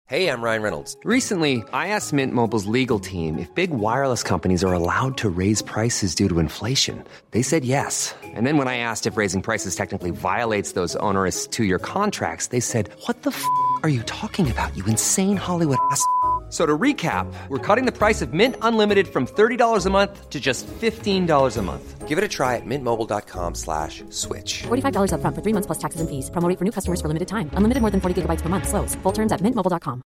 Hey, I'm Ryan Reynolds. Recently, I asked Mint Mobile's legal team if big wireless companies are allowed to raise prices due to inflation. They said yes. And then when I asked if raising prices technically violates those onerous two-year contracts, they said, "What the f*** are you talking about, you insane Hollywood ass?" So to recap, we're cutting the price of Mint Unlimited from $30 a month to just $15 a month. Give it a try at mintmobile.com/switch. $45 up front for 3 months plus taxes and fees. Promo rate for new customers for limited time. Unlimited more than 40 gigabytes per month. Slows full terms at mintmobile.com.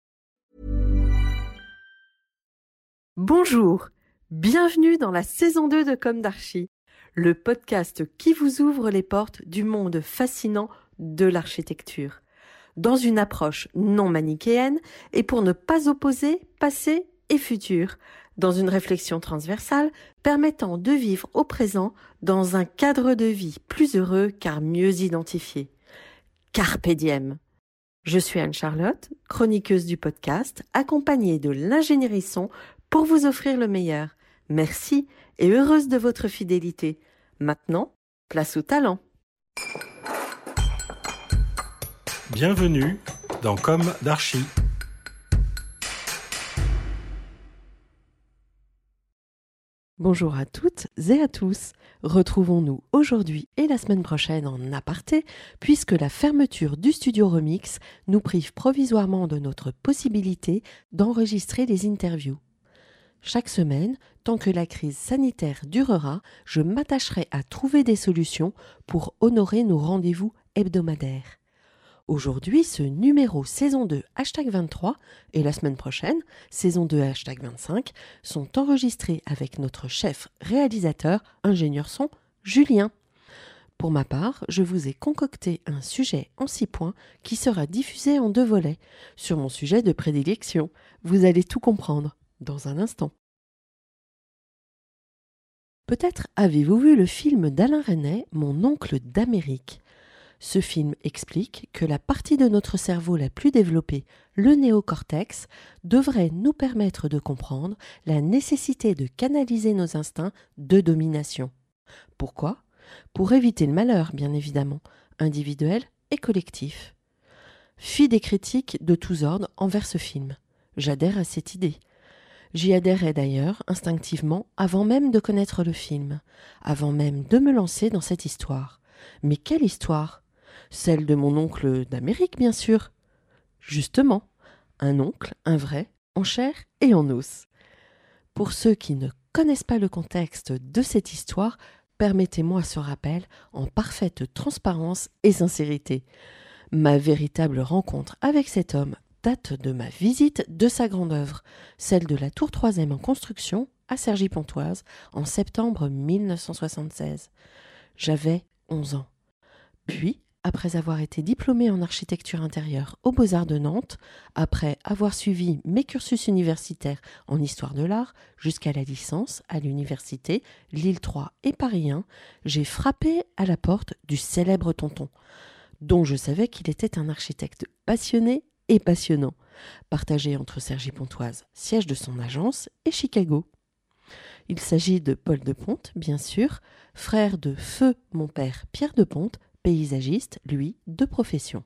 Bonjour, bienvenue dans la saison 2 de Comme d'Archi, le podcast qui vous ouvre les portes du monde fascinant de l'architecture, dans une approche non manichéenne et pour ne pas opposer passé et futur, dans une réflexion transversale permettant de vivre au présent dans un cadre de vie plus heureux car mieux identifié. Carpe diem. Je suis Anne-Charlotte, chroniqueuse du podcast, accompagnée de l'ingénierie son pour vous offrir le meilleur. Merci et heureuse de votre fidélité. Maintenant, place au talent. Bienvenue dans Comme d'Archi. Bonjour à toutes et à tous. Retrouvons-nous aujourd'hui et la semaine prochaine en aparté, puisque la fermeture du studio Remix nous prive provisoirement de notre possibilité d'enregistrer les interviews. Chaque semaine, tant que la crise sanitaire durera, je m'attacherai à trouver des solutions pour honorer nos rendez-vous hebdomadaires. Aujourd'hui, ce numéro saison 2 #23 et la semaine prochaine, saison 2 #25, sont enregistrés avec notre chef réalisateur, ingénieur son, Julien. Pour ma part, je vous ai concocté un sujet en 6 points qui sera diffusé en 2 volets, sur mon sujet de prédilection. Vous allez tout comprendre dans un instant. Peut-être avez-vous vu le film d'Alain Resnais, Mon oncle d'Amérique. Ce film explique que la partie de notre cerveau la plus développée, le néocortex, devrait nous permettre de comprendre la nécessité de canaliser nos instincts de domination. Pourquoi ? Pour éviter le malheur, bien évidemment, individuel et collectif. Fis des critiques de tous ordres envers ce film. J'adhère à cette idée. J'y adhérais d'ailleurs instinctivement avant même de connaître le film, avant même de me lancer dans cette histoire. Mais quelle histoire ? Celle de mon oncle d'Amérique, bien sûr. Justement, un oncle, un vrai, en chair et en os. Pour ceux qui ne connaissent pas le contexte de cette histoire, permettez-moi ce rappel en parfaite transparence et sincérité. Ma véritable rencontre avec cet homme date de ma visite de sa grande œuvre, celle de la tour 3e en construction à Cergy-Pontoise en septembre 1976. J'avais 11 ans. Puis, après avoir été diplômée en architecture intérieure aux Beaux-Arts de Nantes, après avoir suivi mes cursus universitaires en histoire de l'art jusqu'à la licence à l'université Lille 3 et Paris 1, j'ai frappé à la porte du célèbre tonton, dont je savais qu'il était un architecte passionné et passionnant, partagé entre Cergy-Pontoise, siège de son agence, et Chicago. Il s'agit de Paul de Ponte, bien sûr, frère de feu mon père Pierre de Ponte, paysagiste, lui, de profession.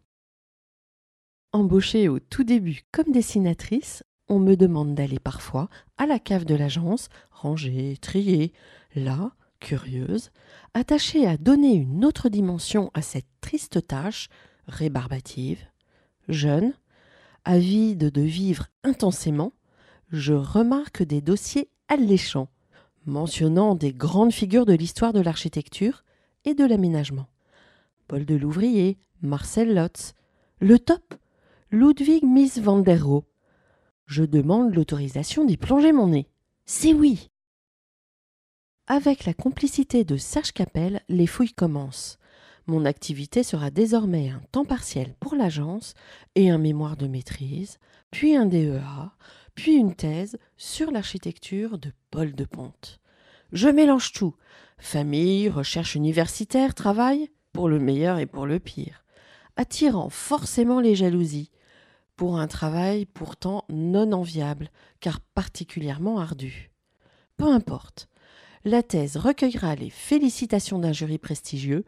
Embauchée au tout début comme dessinatrice, on me demande d'aller parfois à la cave de l'agence, ranger, trier. Là, curieuse, attachée à donner une autre dimension à cette triste tâche, rébarbative, jeune, avide de vivre intensément, je remarque des dossiers alléchants, mentionnant des grandes figures de l'histoire de l'architecture et de l'aménagement. Paul de Louvrier, Marcel Lotz, le top, Ludwig Mies van der Rohe. Je demande l'autorisation d'y plonger mon nez. C'est oui. Avec la complicité de Serge Capel, les fouilles commencent. Mon activité sera désormais un temps partiel pour l'agence et un mémoire de maîtrise, puis un DEA, puis une thèse sur l'architecture de Paul de Ponte. Je mélange tout. Famille, recherche universitaire, travail, pour le meilleur et pour le pire, attirant forcément les jalousies, pour un travail pourtant non enviable, car particulièrement ardu. Peu importe, la thèse recueillera les félicitations d'un jury prestigieux,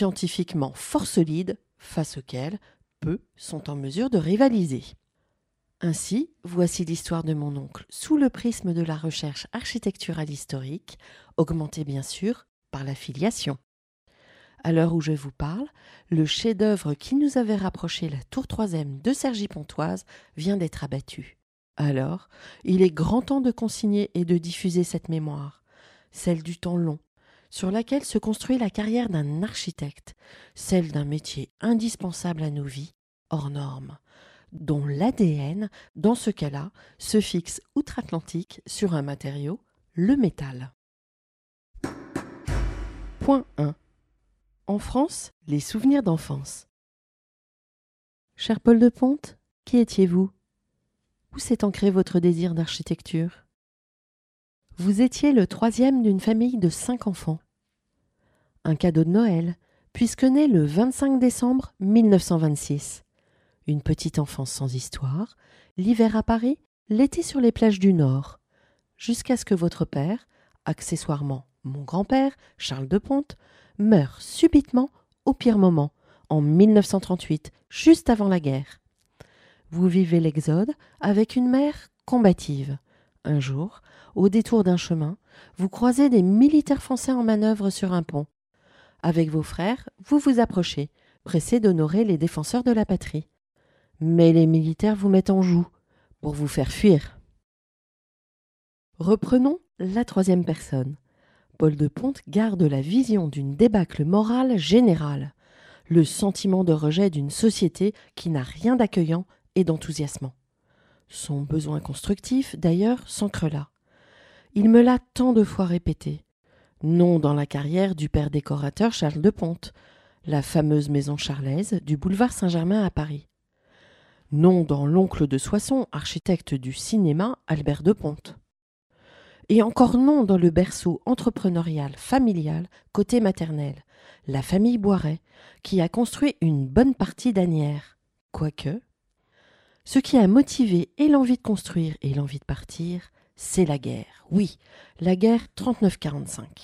scientifiquement fort solide, face auquel peu sont en mesure de rivaliser. Ainsi, voici l'histoire de mon oncle sous le prisme de la recherche architecturale historique, augmentée bien sûr par la filiation. À l'heure où je vous parle, le chef-d'œuvre qui nous avait rapproché la tour troisième de Cergy-Pontoise vient d'être abattu. Alors, il est grand temps de consigner et de diffuser cette mémoire, celle du temps long, sur laquelle se construit la carrière d'un architecte, celle d'un métier indispensable à nos vies, hors normes, dont l'ADN, dans ce cas-là, se fixe outre-Atlantique sur un matériau, le métal. Point 1. En France, les souvenirs d'enfance. Cher Paul de Ponte, qui étiez-vous? Où s'est ancré votre désir d'architecture? Vous étiez le troisième d'une famille de 5 enfants. Un cadeau de Noël, puisque né le 25 décembre 1926. Une petite enfance sans histoire, l'hiver à Paris, l'été sur les plages du Nord, jusqu'à ce que votre père, accessoirement mon grand-père, Charles de Ponte, meurt subitement au pire moment, en 1938, juste avant la guerre. Vous vivez l'exode avec une mère combative. Un jour, au détour d'un chemin, vous croisez des militaires français en manœuvre sur un pont. Avec vos frères, vous vous approchez, pressés d'honorer les défenseurs de la patrie. Mais les militaires vous mettent en joue pour vous faire fuir. Reprenons la troisième personne. Paul de Ponte garde la vision d'une débâcle morale générale, le sentiment de rejet d'une société qui n'a rien d'accueillant et d'enthousiasmant. Son besoin constructif, d'ailleurs, s'ancre là. Il me l'a tant de fois répété. Non dans la carrière du père décorateur Charles de Ponte, la fameuse maison charlaise du boulevard Saint-Germain à Paris. Non dans l'oncle de Soissons, architecte du cinéma Albert de Ponte. Et encore non dans le berceau entrepreneurial familial côté maternel, la famille Boiret, qui a construit une bonne partie d'Asnières. Quoique, ce qui a motivé et l'envie de construire et l'envie de partir, c'est la guerre. Oui, la guerre 39-45.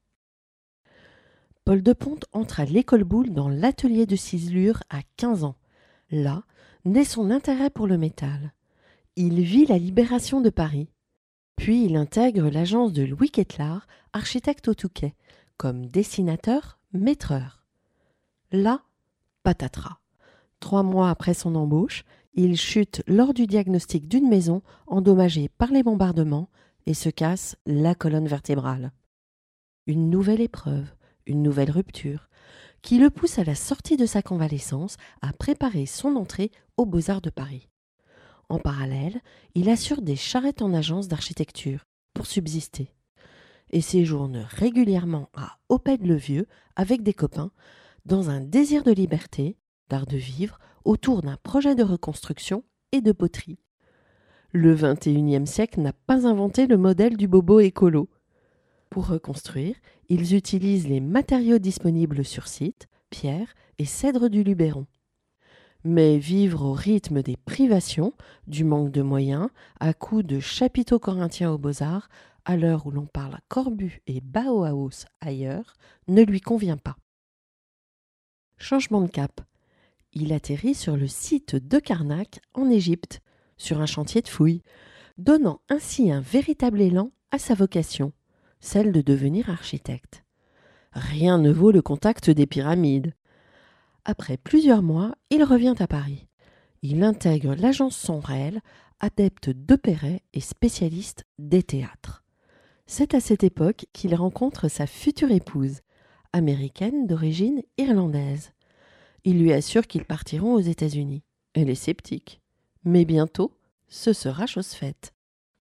Paul de Ponte entre à l'école Boulle dans l'atelier de ciselure à 15 ans. Là, naît son intérêt pour le métal. Il vit la libération de Paris. Puis il intègre l'agence de Louis Quetelard, architecte au Touquet, comme dessinateur, maîtreur. Là, patatras. 3 mois après son embauche, il chute lors du diagnostic d'une maison endommagée par les bombardements et se casse la colonne vertébrale. Une nouvelle épreuve, une nouvelle rupture, qui le pousse à la sortie de sa convalescence à préparer son entrée aux Beaux-Arts de Paris. En parallèle, il assure des charrettes en agence d'architecture pour subsister et séjourne régulièrement à Opède-le-Vieux avec des copains dans un désir de liberté, d'art de vivre, autour d'un projet de reconstruction et de poterie. Le XXIe siècle n'a pas inventé le modèle du bobo écolo. Pour reconstruire, ils utilisent les matériaux disponibles sur site, pierre et cèdre du Luberon. Mais vivre au rythme des privations, du manque de moyens, à coups de chapiteaux corinthiens aux Beaux-Arts, à l'heure où l'on parle Corbu et Bauhaus ailleurs, ne lui convient pas. Changement de cap. Il atterrit sur le site de Karnak, en Égypte, sur un chantier de fouilles, donnant ainsi un véritable élan à sa vocation, celle de devenir architecte. Rien ne vaut le contact des pyramides. Après plusieurs mois, il revient à Paris. Il intègre l'agence Sombrel, adepte d'opéret et spécialiste des théâtres. C'est à cette époque qu'il rencontre sa future épouse, américaine d'origine irlandaise. Il lui assure qu'ils partiront aux États-Unis. Elle est sceptique. Mais bientôt, ce sera chose faite.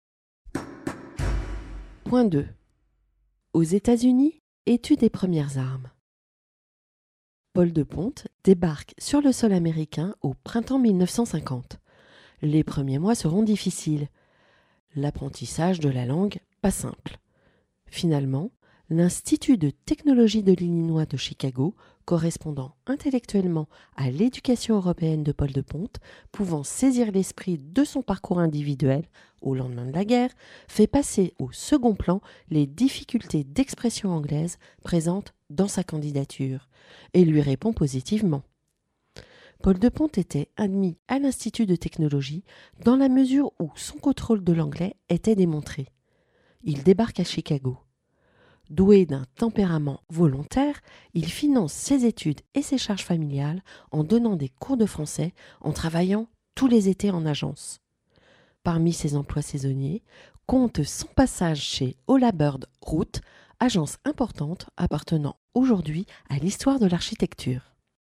Point 2. Aux États-Unis, étude des premières armes. Paul de Ponte débarque sur le sol américain au printemps 1950. Les premiers mois seront difficiles. L'apprentissage de la langue, pas simple. Finalement, l'Institut de technologie de l'Illinois de Chicago, correspondant intellectuellement à l'éducation européenne de Paul de Ponte, pouvant saisir l'esprit de son parcours individuel au lendemain de la guerre, fait passer au second plan les difficultés d'expression anglaise présentes dans sa candidature et lui répond positivement. Paul de Ponte était admis à l'Institut de technologie dans la mesure où son contrôle de l'anglais était démontré. Il débarque à Chicago. Doué d'un tempérament volontaire, il finance ses études et ses charges familiales en donnant des cours de français, en travaillant tous les étés en agence. Parmi ses emplois saisonniers, compte son passage chez Ola Bird Root, agence importante appartenant aujourd'hui à l'histoire de l'architecture.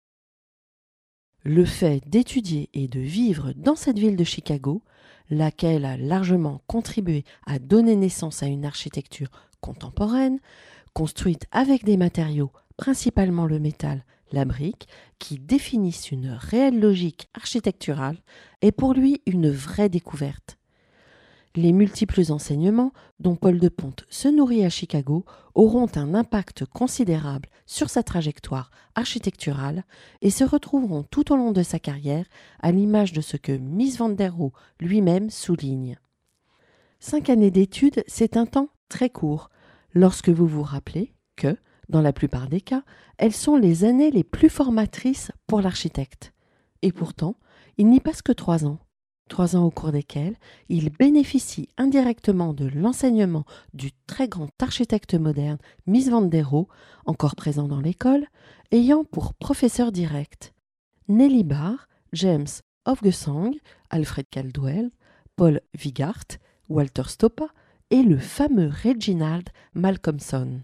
Le fait d'étudier et de vivre dans cette ville de Chicago, laquelle a largement contribué à donner naissance à une architecture contemporaine, construite avec des matériaux, principalement le métal, la brique, qui définissent une réelle logique architecturale, est pour lui une vraie découverte. Les multiples enseignements dont Paul de Ponte se nourrit à Chicago auront un impact considérable sur sa trajectoire architecturale et se retrouveront tout au long de sa carrière à l'image de ce que Mies van der Rohe lui-même souligne. 5 années d'études, c'est un temps très court, lorsque vous vous rappelez que, dans la plupart des cas, elles sont les années les plus formatrices pour l'architecte. Et pourtant, il n'y passe que 3 ans. 3 ans au cours desquels il bénéficie indirectement de l'enseignement du très grand architecte moderne Mies van der Rohe, encore présent dans l'école, ayant pour professeur direct Nelly Barr, James Hofgesang, Alfred Caldwell, Paul Wigart, Walter Stoppa et le fameux Reginald Malcolmson.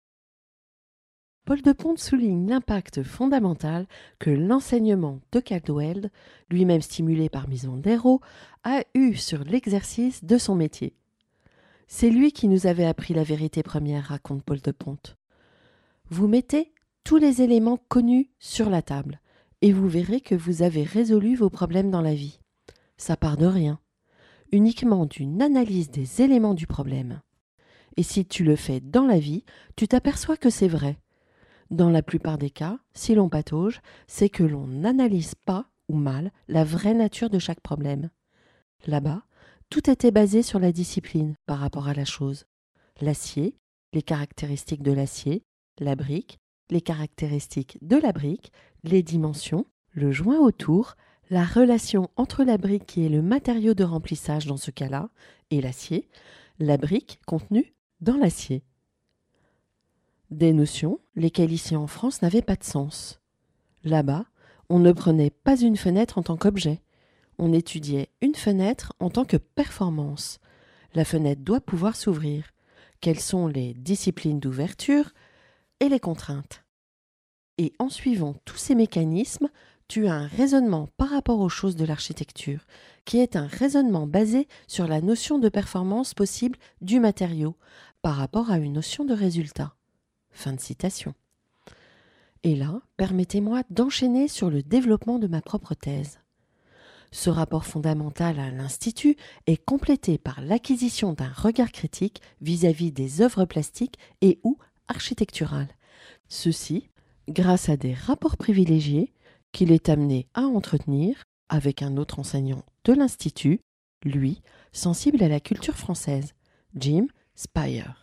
Paul de Ponte souligne l'impact fondamental que l'enseignement de Caldwell, lui-même stimulé par Mies van der Rohe, a eu sur l'exercice de son métier. C'est lui qui nous avait appris la vérité première, raconte Paul de Ponte. Vous mettez tous les éléments connus sur la table et vous verrez que vous avez résolu vos problèmes dans la vie. Ça part de rien, uniquement d'une analyse des éléments du problème. Et si tu le fais dans la vie, tu t'aperçois que c'est vrai. Dans la plupart des cas, si l'on patauge, c'est que l'on n'analyse pas ou mal la vraie nature de chaque problème. Là-bas, tout était basé sur la discipline par rapport à la chose. L'acier, les caractéristiques de l'acier, la brique, les caractéristiques de la brique, les dimensions, le joint autour, la relation entre la brique qui est le matériau de remplissage dans ce cas-là, et l'acier, la brique contenue dans l'acier. Des notions, lesquelles ici en France n'avaient pas de sens. Là-bas, on ne prenait pas une fenêtre en tant qu'objet. On étudiait une fenêtre en tant que performance. La fenêtre doit pouvoir s'ouvrir. Quelles sont les disciplines d'ouverture et les contraintes? Et en suivant tous ces mécanismes, tu as un raisonnement par rapport aux choses de l'architecture, qui est un raisonnement basé sur la notion de performance possible du matériau par rapport à une notion de résultat. Fin de citation. Et là, permettez-moi d'enchaîner sur le développement de ma propre thèse. Ce rapport fondamental à l'Institut est complété par l'acquisition d'un regard critique vis-à-vis des œuvres plastiques et ou architecturales. Ceci grâce à des rapports privilégiés qu'il est amené à entretenir avec un autre enseignant de l'Institut, lui, sensible à la culture française, Jim Spire.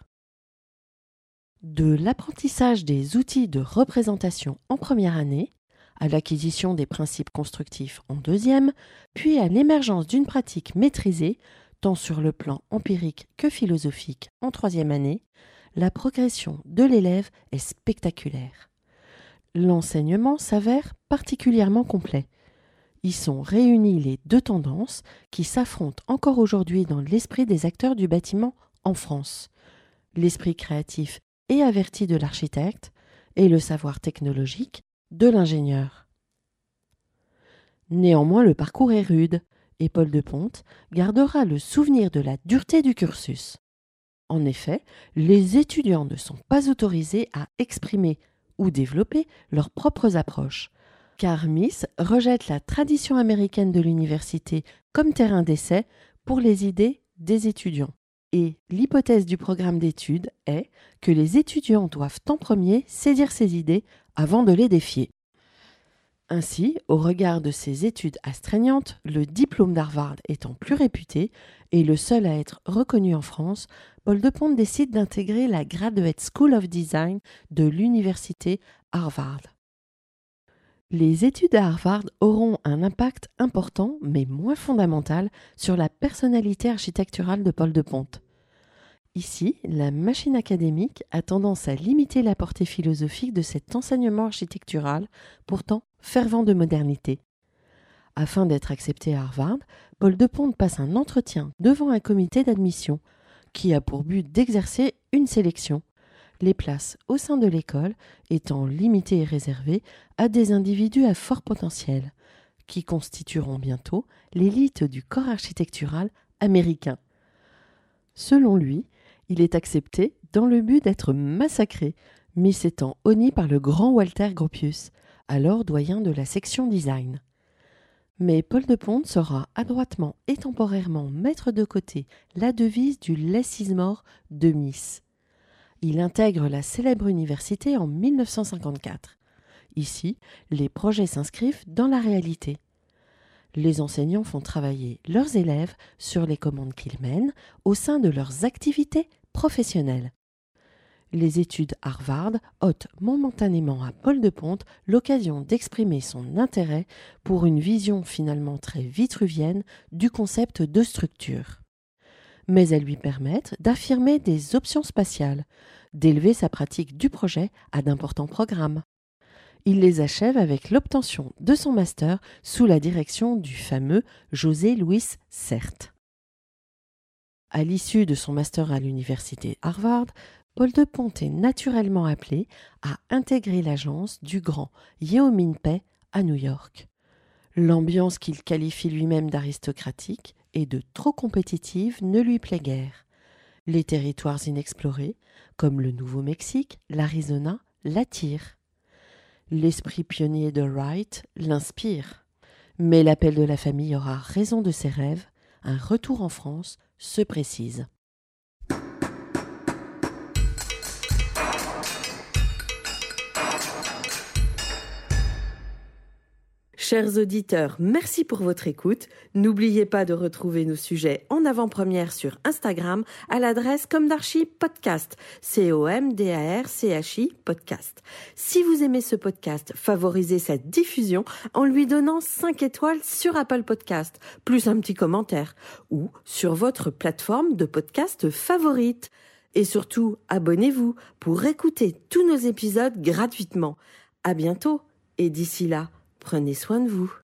De l'apprentissage des outils de représentation en première année, à l'acquisition des principes constructifs en deuxième, puis à l'émergence d'une pratique maîtrisée, tant sur le plan empirique que philosophique en troisième année, la progression de l'élève est spectaculaire. L'enseignement s'avère particulièrement complet. Y sont réunies les deux tendances qui s'affrontent encore aujourd'hui dans l'esprit des acteurs du bâtiment en France. L'esprit créatif et averti de l'architecte et le savoir technologique de l'ingénieur. Néanmoins, le parcours est rude et Paul de Ponte gardera le souvenir de la dureté du cursus. En effet, les étudiants ne sont pas autorisés à exprimer ou développer leurs propres approches, car Mies rejette la tradition américaine de l'université comme terrain d'essai pour les idées des étudiants. Et l'hypothèse du programme d'études est que les étudiants doivent en premier saisir ces idées avant de les défier. Ainsi, au regard de ces études astreignantes, le diplôme d'Harvard étant plus réputé et le seul à être reconnu en France, Paul de Ponte décide d'intégrer la Graduate School of Design de l'université Harvard. Les études à Harvard auront un impact important, mais moins fondamental, sur la personnalité architecturale de Paul de Ponte. Ici, la machine académique a tendance à limiter la portée philosophique de cet enseignement architectural, pourtant fervent de modernité. Afin d'être accepté à Harvard, Paul de Ponte passe un entretien devant un comité d'admission qui a pour but d'exercer une sélection, les places au sein de l'école étant limitées et réservées à des individus à fort potentiel, qui constitueront bientôt l'élite du corps architectural américain. Selon lui, il est accepté dans le but d'être massacré, mis étant honni par le grand Walter Gropius, alors doyen de la section design. Mais Paul de Ponte saura adroitement et temporairement mettre de côté la devise du less is more de Miss. Il intègre la célèbre université en 1954. Ici, les projets s'inscrivent dans la réalité. Les enseignants font travailler leurs élèves sur les commandes qu'ils mènent au sein de leurs activités professionnelles. Les études Harvard ôtent momentanément à Paul de Ponte l'occasion d'exprimer son intérêt pour une vision finalement très vitruvienne du concept de structure. Mais elles lui permettent d'affirmer des options spatiales, d'élever sa pratique du projet à d'importants programmes. Il les achève avec l'obtention de son master sous la direction du fameux José Luis Sert. À l'issue de son master à l'université Harvard, Paul de Ponte est naturellement appelé à intégrer l'agence du grand Yeomin Pei à New York. L'ambiance qu'il qualifie lui-même d'aristocratique et de trop compétitive ne lui plaît guère. Les territoires inexplorés, comme le Nouveau-Mexique, l'Arizona, l'attirent. L'esprit pionnier de Wright l'inspire. Mais l'appel de la famille aura raison de ses rêves. Un retour en France se précise. Chers auditeurs, merci pour votre écoute. N'oubliez pas de retrouver nos sujets en avant-première sur Instagram à l'adresse Comdarchi Podcast, COMDARCHI Podcast. Si vous aimez ce podcast, favorisez sa diffusion en lui donnant 5 étoiles sur Apple Podcast, plus un petit commentaire, ou sur votre plateforme de podcast favorite. Et surtout, abonnez-vous pour écouter tous nos épisodes gratuitement. À bientôt, et d'ici là, prenez soin de vous.